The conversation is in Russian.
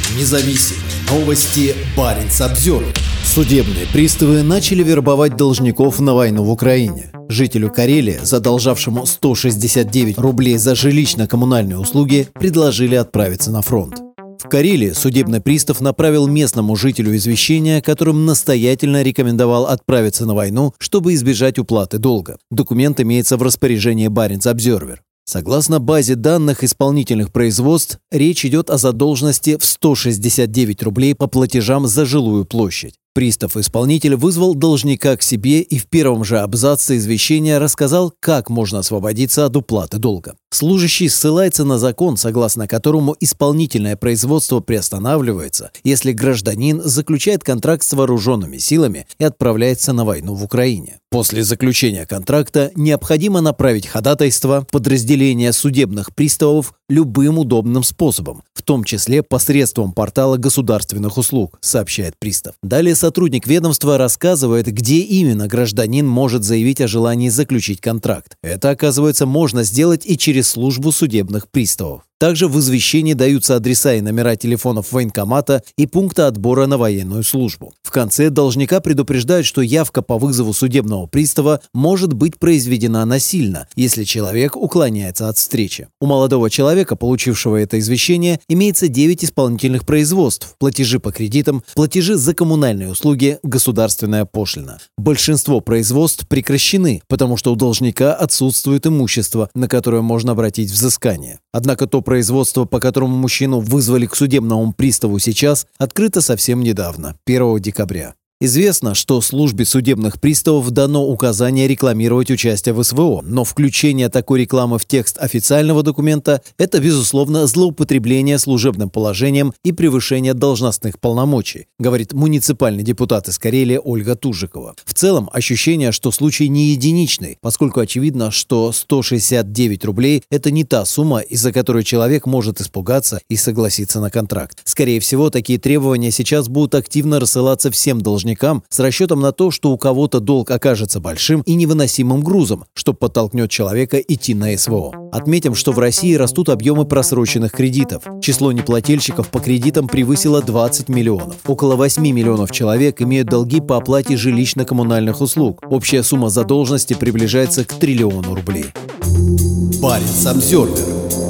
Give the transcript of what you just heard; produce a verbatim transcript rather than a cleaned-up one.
Независимые новости. Баренц-Обзервер. Судебные приставы начали вербовать должников на войну в Украине. Жителю Карелии, задолжавшему сто шестьдесят девять рублей за жилищно-коммунальные услуги, предложили отправиться на фронт. В Карелии судебный пристав направил местному жителю извещение, которым настоятельно рекомендовал отправиться на войну, чтобы избежать уплаты долга. Документ имеется в распоряжении Баренц-Обзервер. Согласно базе данных исполнительных производств, речь идет о задолженности в сто шестьдесят девять рублей по платежам за жилую площадь. Пристав-исполнитель вызвал должника к себе и в первом же абзаце извещения рассказал, как можно освободиться от уплаты долга. Служащий ссылается на закон, согласно которому исполнительное производство приостанавливается, если гражданин заключает контракт с вооруженными силами и отправляется на войну в Украине. После заключения контракта необходимо направить ходатайство в подразделение судебных приставов любым удобным способом, в том числе посредством портала государственных услуг, сообщает пристав. Далее сотрудник ведомства рассказывает, где именно гражданин может заявить о желании заключить контракт. Это, оказывается, можно сделать и через службу судебных приставов. Также в извещении даются адреса и номера телефонов военкомата и пункта отбора на военную службу. В конце должника предупреждают, что явка по вызову судебного пристава может быть произведена насильно, если человек уклоняется от встречи. У молодого человека, получившего это извещение, имеется девять исполнительных производств: платежи по кредитам, платежи за коммунальные услуги, государственная пошлина. Большинство производств прекращены, потому что у должника отсутствует имущество, на которое можно обратить взыскание. Однако то производство, по которому мужчину вызвали к судебному приставу сейчас, открыто совсем недавно, первого декабря. Известно, что службе судебных приставов дано указание рекламировать участие в СВО, но включение такой рекламы в текст официального документа – это, безусловно, злоупотребление служебным положением и превышение должностных полномочий, говорит муниципальный депутат из Карелии Ольга Тужикова. В целом, ощущение, что случай не единичный, поскольку очевидно, что сто шестьдесят девять рублей – это не та сумма, из-за которой человек может испугаться и согласиться на контракт. Скорее всего, такие требования сейчас будут активно рассылаться всем должникам, с расчетом на то, что у кого-то долг окажется большим и невыносимым грузом, что подтолкнет человека идти на СВО. Отметим, что в России растут объемы просроченных кредитов. Число неплательщиков по кредитам превысило двадцать миллионов. Около восьми миллионов человек имеют долги по оплате жилищно-коммунальных услуг. Общая сумма задолженности приближается к триллиону рублей. Баренц-Обзервер.